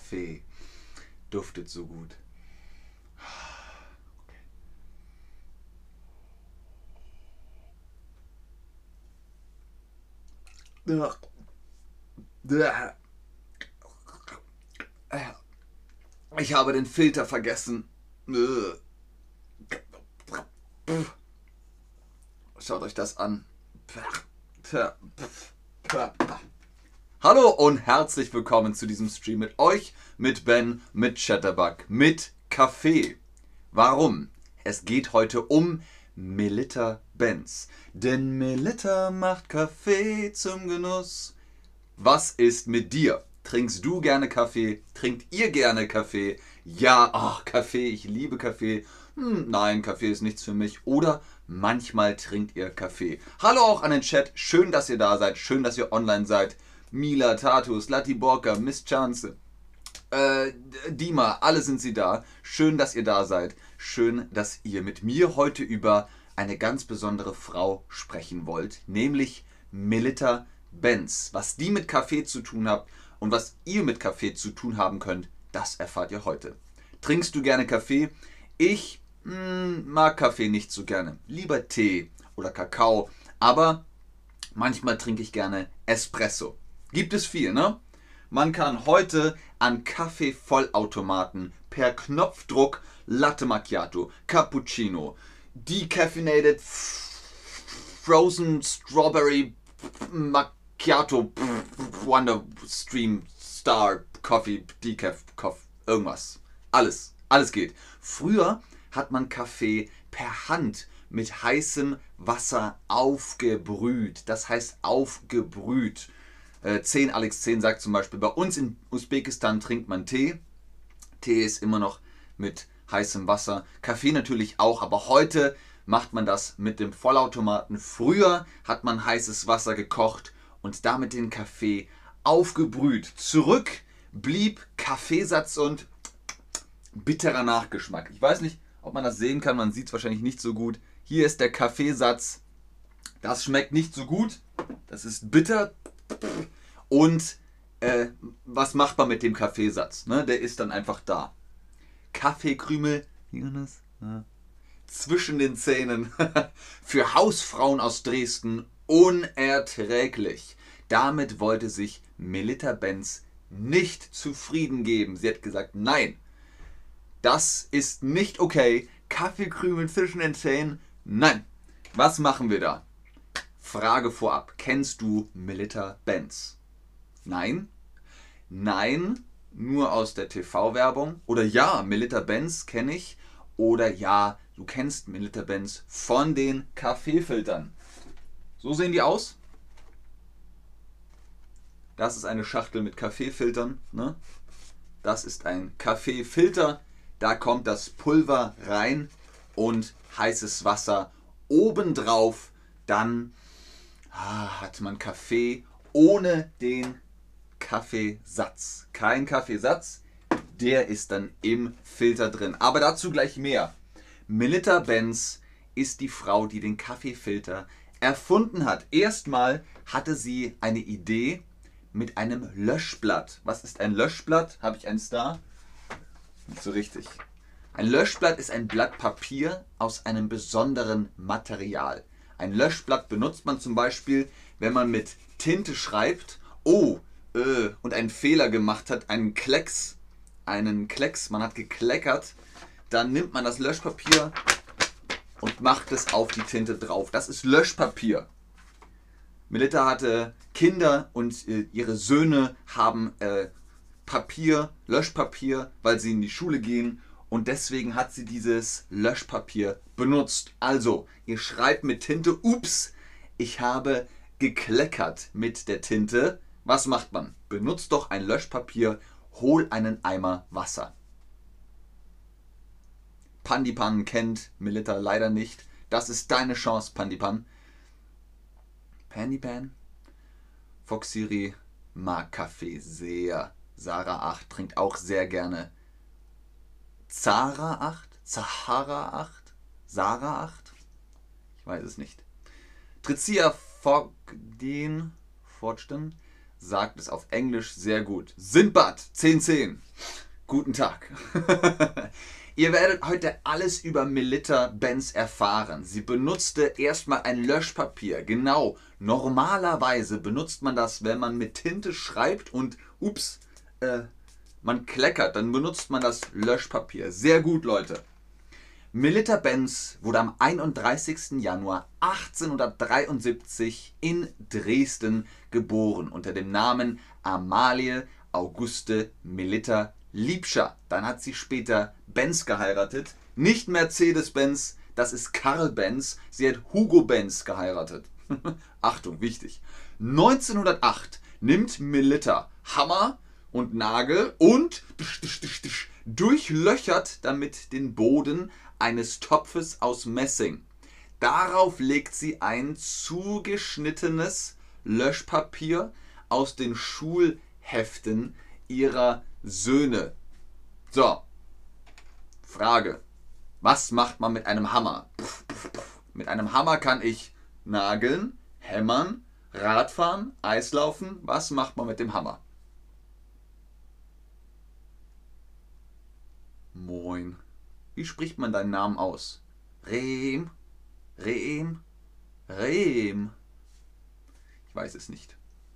Kaffee. Duftet so gut. Ich habe den Filter vergessen. Schaut euch das an. Hallo und herzlich willkommen zu diesem Stream mit euch, mit Ben, mit Chatterbug, mit Kaffee. Warum? Es geht heute um Melitta Benz. Denn Melitta macht Kaffee zum Genuss. Was ist mit dir? Trinkst du gerne Kaffee? Trinkt ihr gerne Kaffee? Ja, ach, Kaffee, ich liebe Kaffee. Nein, Kaffee ist nichts für mich. Oder manchmal trinkt ihr Kaffee. Hallo auch an den Chat. Schön, dass ihr da seid. Schön, dass ihr online seid. Mila, Tatus, Latiborka, Miss Chance, Dima, alle sind sie da. Schön, dass ihr da seid. Schön, dass ihr mit mir heute über eine ganz besondere Frau sprechen wollt. Nämlich Melitta Benz. Was die mit Kaffee zu tun hat und was ihr mit Kaffee zu tun haben könnt, das erfahrt ihr heute. Trinkst du gerne Kaffee? Ich mag Kaffee nicht so gerne. Lieber Tee oder Kakao. Aber manchmal trinke ich gerne Espresso. Gibt es viel, ne? Man kann heute an Kaffeevollautomaten per Knopfdruck Latte Macchiato, Cappuccino, Decaffeinated Frozen Strawberry Macchiato, Wonder Stream Star Coffee, Decaf, Coffee, irgendwas. Alles geht. Früher hat man Kaffee per Hand mit heißem Wasser aufgebrüht. Das heißt aufgebrüht. 10 Alex 10 sagt zum Beispiel, bei uns in Usbekistan trinkt man Tee. Tee ist immer noch mit heißem Wasser. Kaffee natürlich auch, aber heute macht man das mit dem Vollautomaten. Früher hat man heißes Wasser gekocht und damit den Kaffee aufgebrüht. Zurück blieb Kaffeesatz und bitterer Nachgeschmack. Ich weiß nicht, ob man das sehen kann, man sieht es wahrscheinlich nicht so gut. Hier ist der Kaffeesatz. Das schmeckt nicht so gut. Das ist bitter. Und was macht man mit dem Kaffeesatz? Ne? Der ist dann einfach da. Kaffeekrümel zwischen den Zähnen. Für Hausfrauen aus Dresden unerträglich. Damit wollte sich Melitta Benz nicht zufrieden geben. Sie hat gesagt, nein, das ist nicht okay. Kaffeekrümel zwischen den Zähnen, nein. Was machen wir da? Frage vorab, kennst du Melitta Benz? Nein? Nein, nur aus der TV-Werbung? Oder ja, Melitta Benz kenne ich? Oder ja, du kennst Melitta Benz von den Kaffeefiltern. So sehen die aus. Das ist eine Schachtel mit Kaffeefiltern. Ne? Das ist ein Kaffeefilter. Da kommt das Pulver rein und heißes Wasser obendrauf. Dann hat man Kaffee ohne den Kaffeesatz. Kein Kaffeesatz, der ist dann im Filter drin. Aber dazu gleich mehr. Melitta Benz ist die Frau, die den Kaffeefilter erfunden hat. Erstmal hatte sie eine Idee mit einem Löschblatt. Was ist ein Löschblatt? Habe ich eins da? Nicht so richtig. Ein Löschblatt ist ein Blatt Papier aus einem besonderen Material. Ein Löschblatt benutzt man zum Beispiel, wenn man mit Tinte schreibt, und einen Fehler gemacht hat, einen Klecks, man hat gekleckert, dann nimmt man das Löschpapier und macht es auf die Tinte drauf. Das ist Löschpapier. Melitta hatte Kinder und ihre Söhne haben Löschpapier, weil sie in die Schule gehen. Und deswegen hat sie dieses Löschpapier benutzt. Also, ihr schreibt mit Tinte, ups, ich habe gekleckert mit der Tinte. Was macht man? Benutzt doch ein Löschpapier, hol einen Eimer Wasser. Pandipan kennt Melitta leider nicht. Das ist deine Chance, Pandipan. Pandipan? Foxiri mag Kaffee sehr. Sarah 8 trinkt auch sehr gerne. Zara 8? Zahara 8? Sarah 8? Ich weiß es nicht. Tricia Fortgen sagt es auf Englisch sehr gut. Sindbad, 1010. Guten Tag. Ihr werdet heute alles über Melitta Benz erfahren. Sie benutzte erstmal ein Löschpapier. Genau, normalerweise benutzt man das, wenn man mit Tinte schreibt und man kleckert, dann benutzt man das Löschpapier. Sehr gut, Leute. Melitta Benz wurde am 31. Januar 1873 in Dresden geboren unter dem Namen Amalie Auguste Melitta Liebscher. Dann hat sie später Benz geheiratet. Nicht Mercedes-Benz, das ist Karl Benz. Sie hat Hugo Benz geheiratet. Achtung, wichtig. 1908 nimmt Melitta Hammer und Nagel und durchlöchert damit den Boden eines Topfes aus Messing. Darauf legt sie ein zugeschnittenes Löschpapier aus den Schulheften ihrer Söhne. So, Frage. Was macht man mit einem Hammer? Mit einem Hammer kann ich nageln, hämmern, Radfahren, Eislaufen. Was macht man mit dem Hammer? Moin. Wie spricht man deinen Namen aus? Rehm? Rehm? Rehm? Ich weiß es nicht.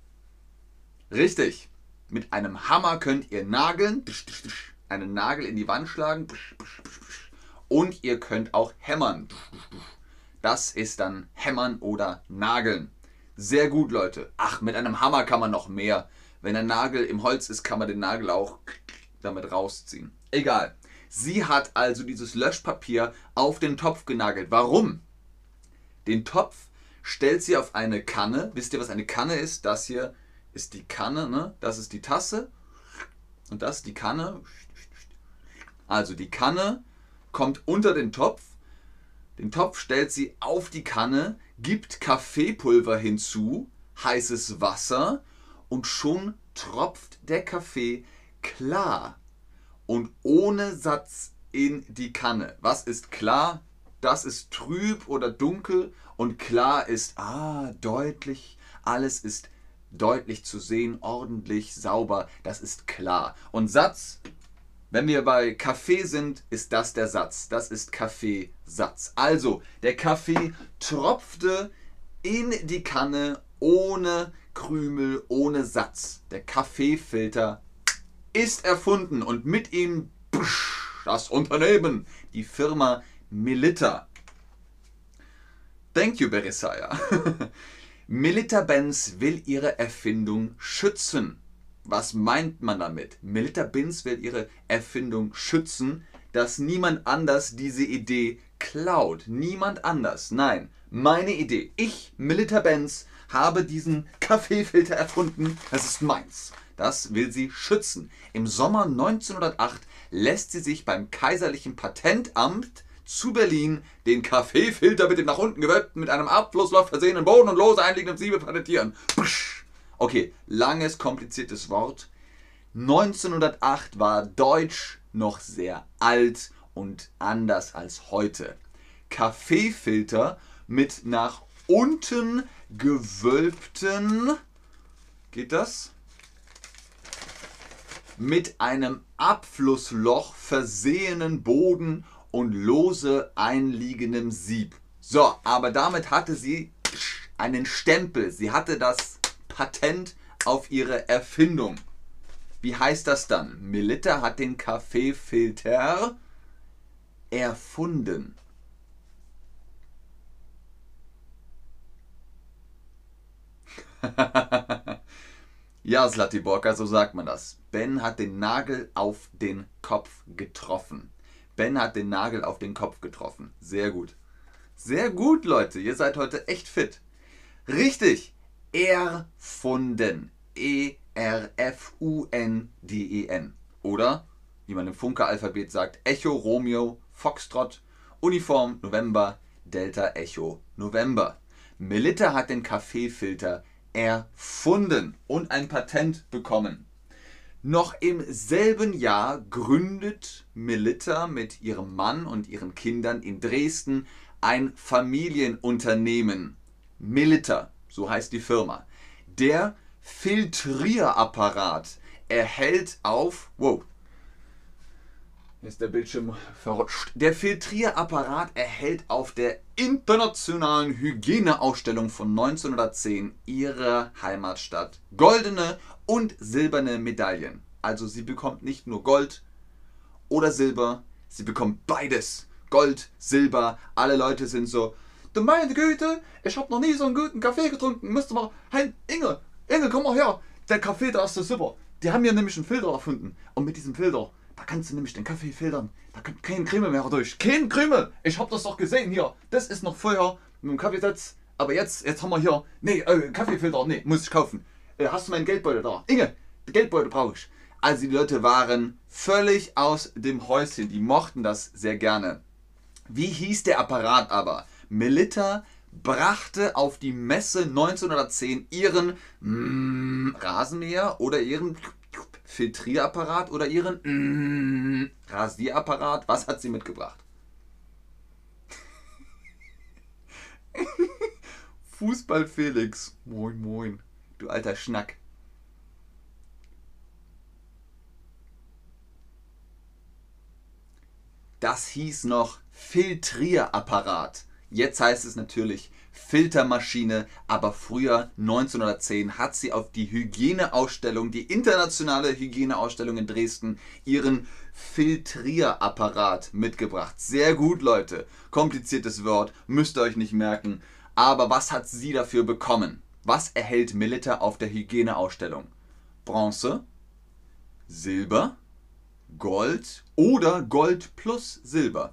Richtig. Mit einem Hammer könnt ihr nageln, einen Nagel in die Wand schlagen und ihr könnt auch hämmern. Das ist dann hämmern oder nageln. Sehr gut, Leute. Ach, mit einem Hammer kann man noch mehr. Wenn ein Nagel im Holz ist, kann man den Nagel auch damit rausziehen. Egal. Sie hat also dieses Löschpapier auf den Topf genagelt. Warum? Den Topf stellt sie auf eine Kanne. Wisst ihr, was eine Kanne ist? Das hier ist die Kanne, ne? Das ist die Tasse und das ist die Kanne. Also die Kanne kommt unter den Topf. Den Topf stellt sie auf die Kanne, gibt Kaffeepulver hinzu, heißes Wasser und schon tropft der Kaffee klar und ohne Satz in die Kanne. Was ist klar? Das ist trüb oder dunkel und klar ist deutlich. Alles ist deutlich zu sehen, ordentlich, sauber. Das ist klar. Und Satz, wenn wir bei Kaffee sind, ist das der Satz. Das ist Kaffeesatz. Also, der Kaffee tropfte in die Kanne ohne Krümel, ohne Satz. Der Kaffeefilter ist erfunden und mit ihm das Unternehmen, die Firma Melitta. Thank you, Berisaya. Melitta Benz will ihre Erfindung schützen. Was meint man damit? Melitta Benz will ihre Erfindung schützen, dass niemand anders diese Idee klaut. Niemand anders. Nein, meine Idee. Ich, Melitta Benz, habe diesen Kaffeefilter erfunden. Das ist meins. Das will sie schützen. Im Sommer 1908 lässt sie sich beim Kaiserlichen Patentamt zu Berlin den Kaffeefilter mit dem nach unten gewölbten, mit einem Abflussloch versehenen Boden und lose einliegenden Siebe patentieren. Okay, langes, kompliziertes Wort. 1908 war Deutsch noch sehr alt und anders als heute. Kaffeefilter mit nach unten gewölbten, geht das? Mit einem Abflussloch versehenen Boden und lose einliegendem Sieb. So, aber damit hatte sie einen Stempel. Sie hatte das Patent auf ihre Erfindung. Wie heißt das dann? Melitta hat den Kaffeefilter erfunden. Ja, Zlatiborka, so sagt man das. Ben hat den Nagel auf den Kopf getroffen. Ben hat den Nagel auf den Kopf getroffen. Sehr gut. Sehr gut, Leute. Ihr seid heute echt fit. Richtig. Erfunden. E-R-F-U-N-D-E-N. Oder, wie man im Funke-Alphabet sagt, Echo, Romeo, Foxtrot, Uniform, November, Delta, Echo, November. Melitta hat den Kaffeefilter erfunden und ein Patent bekommen. Noch im selben Jahr gründet Melitta mit ihrem Mann und ihren Kindern in Dresden ein Familienunternehmen. Melitta, so heißt die Firma. Der Filtrierapparat erhält auf... Wow, hier ist der Bildschirm verrutscht. Der Filtrierapparat erhält auf der internationalen Hygieneausstellung von 1910 ihrer Heimatstadt goldene und silberne Medaillen. Also sie bekommt nicht nur Gold oder Silber, sie bekommt beides. Gold, Silber, alle Leute sind so, du meine Güte, ich habe noch nie so einen guten Kaffee getrunken, müsste mal, hey Inge, komm mal her, der Kaffee, da ist so super. Die haben ja nämlich einen Filter erfunden und mit diesem Filter, da kannst du nämlich den Kaffee filtern. Da kommt kein Krümel mehr durch. Kein Krümel! Ich hab das doch gesehen hier. Das ist noch vorher mit dem Kaffeesatz. Aber jetzt haben wir hier. Nee, Kaffeefilter. Nee, muss ich kaufen. Hast du meinen Geldbeutel da? Inge, den Geldbeutel brauche ich. Also die Leute waren völlig aus dem Häuschen. Die mochten das sehr gerne. Wie hieß der Apparat aber? Melitta brachte auf die Messe 1910 ihren Rasenmäher oder ihren Filtrierapparat oder ihren Rasierapparat. Was hat sie mitgebracht? Fußball Felix. Moin, moin. Du alter Schnack. Das hieß noch Filtrierapparat. Jetzt heißt es natürlich Filtermaschine, aber früher, 1910, hat sie auf die Hygieneausstellung, die internationale Hygieneausstellung in Dresden, ihren Filtrierapparat mitgebracht. Sehr gut, Leute. Kompliziertes Wort, müsst ihr euch nicht merken. Aber was hat sie dafür bekommen? Was erhält Melitta auf der Hygieneausstellung? Bronze, Silber, Gold oder Gold plus Silber?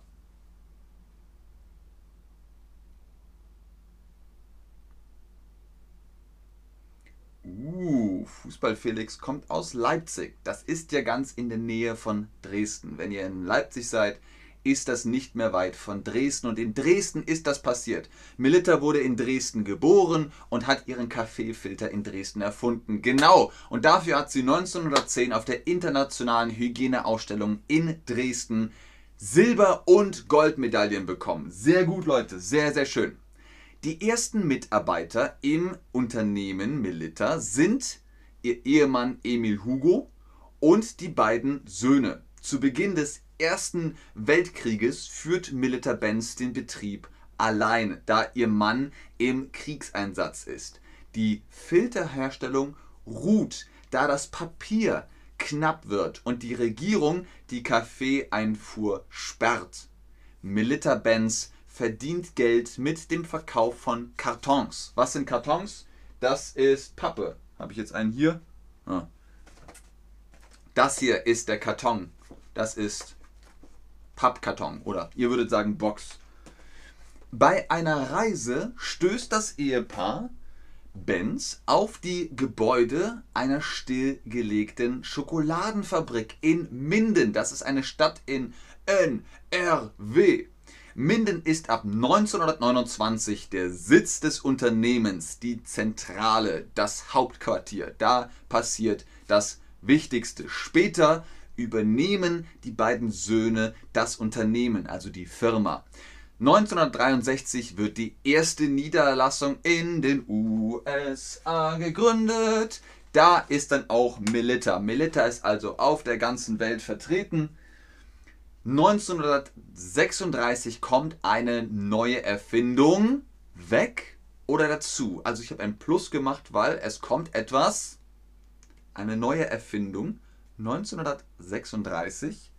Fußball Felix kommt aus Leipzig. Das ist ja ganz in der Nähe von Dresden. Wenn ihr in Leipzig seid, ist das nicht mehr weit von Dresden. Und in Dresden ist das passiert. Melitta wurde in Dresden geboren und hat ihren Kaffeefilter in Dresden erfunden. Genau. Und dafür hat sie 1910 auf der internationalen Hygieneausstellung in Dresden Silber- und Goldmedaillen bekommen. Sehr gut, Leute. Sehr, sehr schön. Die ersten Mitarbeiter im Unternehmen Melitta sind ihr Ehemann Emil Hugo und die beiden Söhne. Zu Beginn des Ersten Weltkrieges führt Melitta-Benz den Betrieb allein, da ihr Mann im Kriegseinsatz ist. Die Filterherstellung ruht, da das Papier knapp wird und die Regierung die Kaffeeeinfuhr sperrt. Melitta-Benz verdient Geld mit dem Verkauf von Kartons. Was sind Kartons? Das ist Pappe. Habe ich jetzt einen hier? Ah. Das hier ist der Karton. Das ist Pappkarton oder ihr würdet sagen Box. Bei einer Reise stößt das Ehepaar Benz auf die Gebäude einer stillgelegten Schokoladenfabrik in Minden. Das ist eine Stadt in NRW. Minden ist ab 1929 der Sitz des Unternehmens, die Zentrale, das Hauptquartier. Da passiert das Wichtigste. Später übernehmen die beiden Söhne das Unternehmen, also die Firma. 1963 wird die erste Niederlassung in den USA gegründet. Da ist dann auch Melitta. Melitta ist also auf der ganzen Welt vertreten. 1936 kommt eine neue Erfindung weg oder dazu. Also ich habe ein Plus gemacht, weil es kommt etwas, eine neue Erfindung, 1936.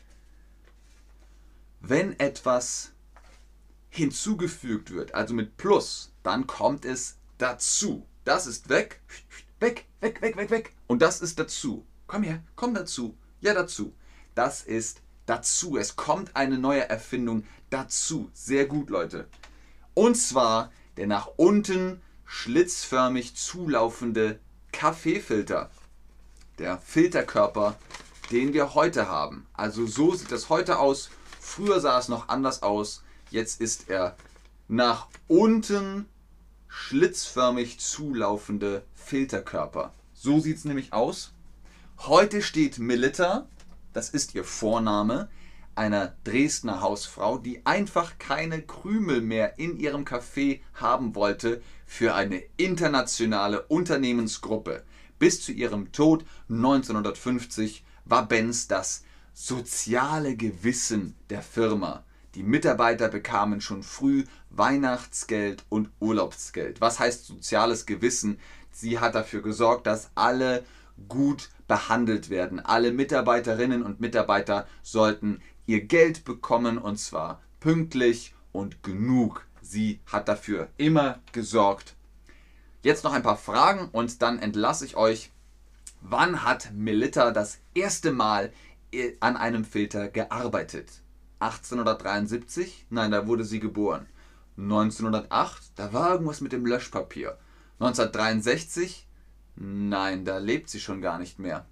Wenn etwas hinzugefügt wird, also mit Plus, dann kommt es dazu. Das ist weg, weg, weg, weg, weg, weg. Und das ist dazu. Komm her, komm dazu. Ja, dazu. Das ist dazu. Es kommt eine neue Erfindung dazu. Sehr gut, Leute. Und zwar der nach unten schlitzförmig zulaufende Kaffeefilter. Der Filterkörper, den wir heute haben. Also so sieht das heute aus. Früher sah es noch anders aus. Jetzt ist er nach unten schlitzförmig zulaufende Filterkörper. So sieht es nämlich aus. Heute steht Melitta, das ist ihr Vorname, einer Dresdner Hausfrau, die einfach keine Krümel mehr in ihrem Kaffee haben wollte, für eine internationale Unternehmensgruppe. Bis zu ihrem Tod 1950 war Benz das soziale Gewissen der Firma. Die Mitarbeiter bekamen schon früh Weihnachtsgeld und Urlaubsgeld. Was heißt soziales Gewissen? Sie hat dafür gesorgt, dass alle gut behandelt werden. Alle Mitarbeiterinnen und Mitarbeiter sollten ihr Geld bekommen, und zwar pünktlich und genug. Sie hat dafür immer gesorgt. Jetzt noch ein paar Fragen und dann entlasse ich euch. Wann hat Melitta das erste Mal an einem Filter gearbeitet? 1873? Nein, da wurde sie geboren. 1908? Da war irgendwas mit dem Löschpapier. 1963? Nein, da lebt sie schon gar nicht mehr.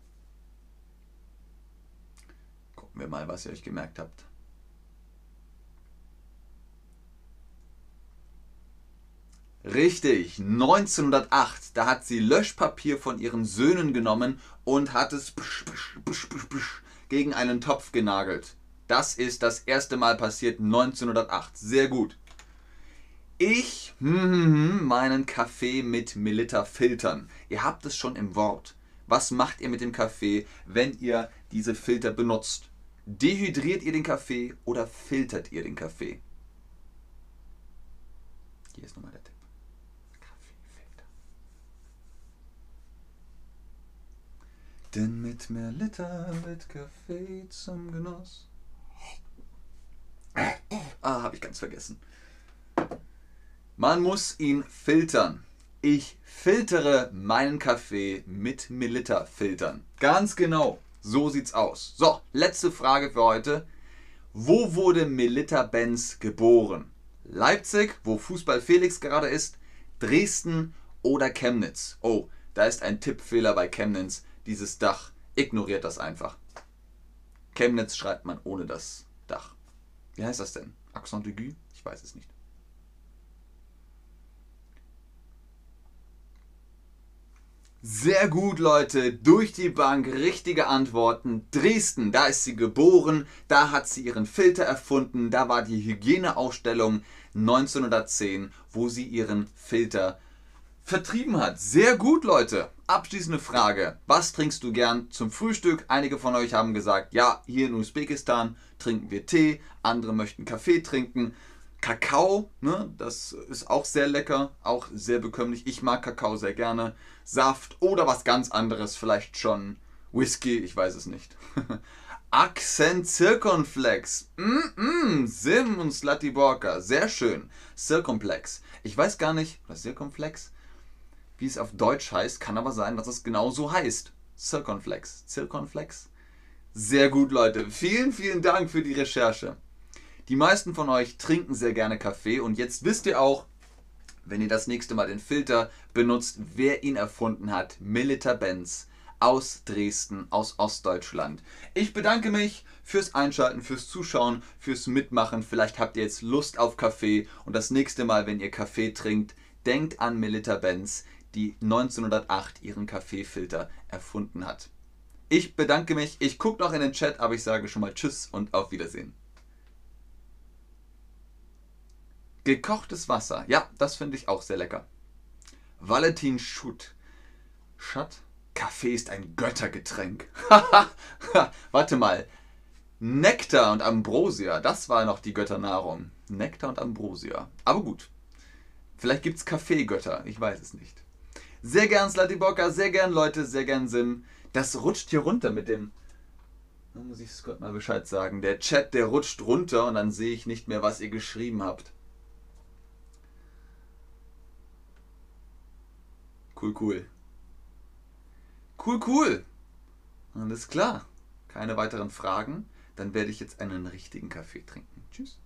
Gucken wir mal, was ihr euch gemerkt habt. Richtig, 1908, da hat sie Löschpapier von ihren Söhnen genommen und hat es gegen einen Topf genagelt. Das ist das erste Mal passiert, 1908. Sehr gut. Ich meinen Kaffee mit Melitta filtern. Ihr habt es schon im Wort. Was macht ihr mit dem Kaffee, wenn ihr diese Filter benutzt? Dehydriert ihr den Kaffee oder filtert ihr den Kaffee? Hier ist nochmal der Tipp. Kaffeefilter. Denn mit Melitta wird Kaffee zum Genuss. Habe ich ganz vergessen. Man muss ihn filtern. Ich filtere meinen Kaffee mit Melitta-Filtern. Ganz genau, so sieht's aus. So, letzte Frage für heute. Wo wurde Melitta Benz geboren? Leipzig, wo Fußball Felix gerade ist, Dresden oder Chemnitz? Oh, da ist ein Tippfehler bei Chemnitz. Dieses Dach, ignoriert das einfach. Chemnitz schreibt man ohne das Dach. Wie heißt das denn? Accent aigu? Ich weiß es nicht. Sehr gut, Leute. Durch die Bank richtige Antworten. Dresden, da ist sie geboren. Da hat sie ihren Filter erfunden. Da war die Hygieneausstellung 1910, wo sie ihren Filter vertrieben hat. Sehr gut, Leute. Abschließende Frage. Was trinkst du gern zum Frühstück? Einige von euch haben gesagt, ja, hier in Usbekistan trinken wir Tee. Andere möchten Kaffee trinken. Kakao, ne, das ist auch sehr lecker, auch sehr bekömmlich. Ich mag Kakao sehr gerne. Saft oder was ganz anderes, vielleicht schon Whisky, ich weiß es nicht. Accent Circumflex. Sim und Slatiborka, sehr schön. Circumflex. Ich weiß gar nicht, was Circumflex, wie es auf Deutsch heißt, kann aber sein, dass es genau so heißt. Circumflex. Circumflex. Sehr gut, Leute. Vielen, vielen Dank für die Recherche. Die meisten von euch trinken sehr gerne Kaffee und jetzt wisst ihr auch, wenn ihr das nächste Mal den Filter benutzt, wer ihn erfunden hat. Melitta Benz aus Dresden, aus Ostdeutschland. Ich bedanke mich fürs Einschalten, fürs Zuschauen, fürs Mitmachen. Vielleicht habt ihr jetzt Lust auf Kaffee und das nächste Mal, wenn ihr Kaffee trinkt, denkt an Melitta Benz, die 1908 ihren Kaffeefilter erfunden hat. Ich bedanke mich, ich gucke noch in den Chat, aber ich sage schon mal Tschüss und auf Wiedersehen. Gekochtes Wasser. Ja, das finde ich auch sehr lecker. Valentin Schutt. Schatt? Kaffee ist ein Göttergetränk. Warte mal. Nektar und Ambrosia. Das war noch die Götternahrung. Nektar und Ambrosia. Aber gut. Vielleicht gibt es Kaffeegötter. Ich weiß es nicht. Sehr gern Slatiborka. Sehr gern Leute. Sehr gern Sinn. Das rutscht hier runter mit dem... Da muss ich Scott mal Bescheid sagen. Der Chat, der rutscht runter und dann sehe ich nicht mehr, was ihr geschrieben habt. Cool. Cool. Alles klar. Keine weiteren Fragen. Dann werde ich jetzt einen richtigen Kaffee trinken. Tschüss.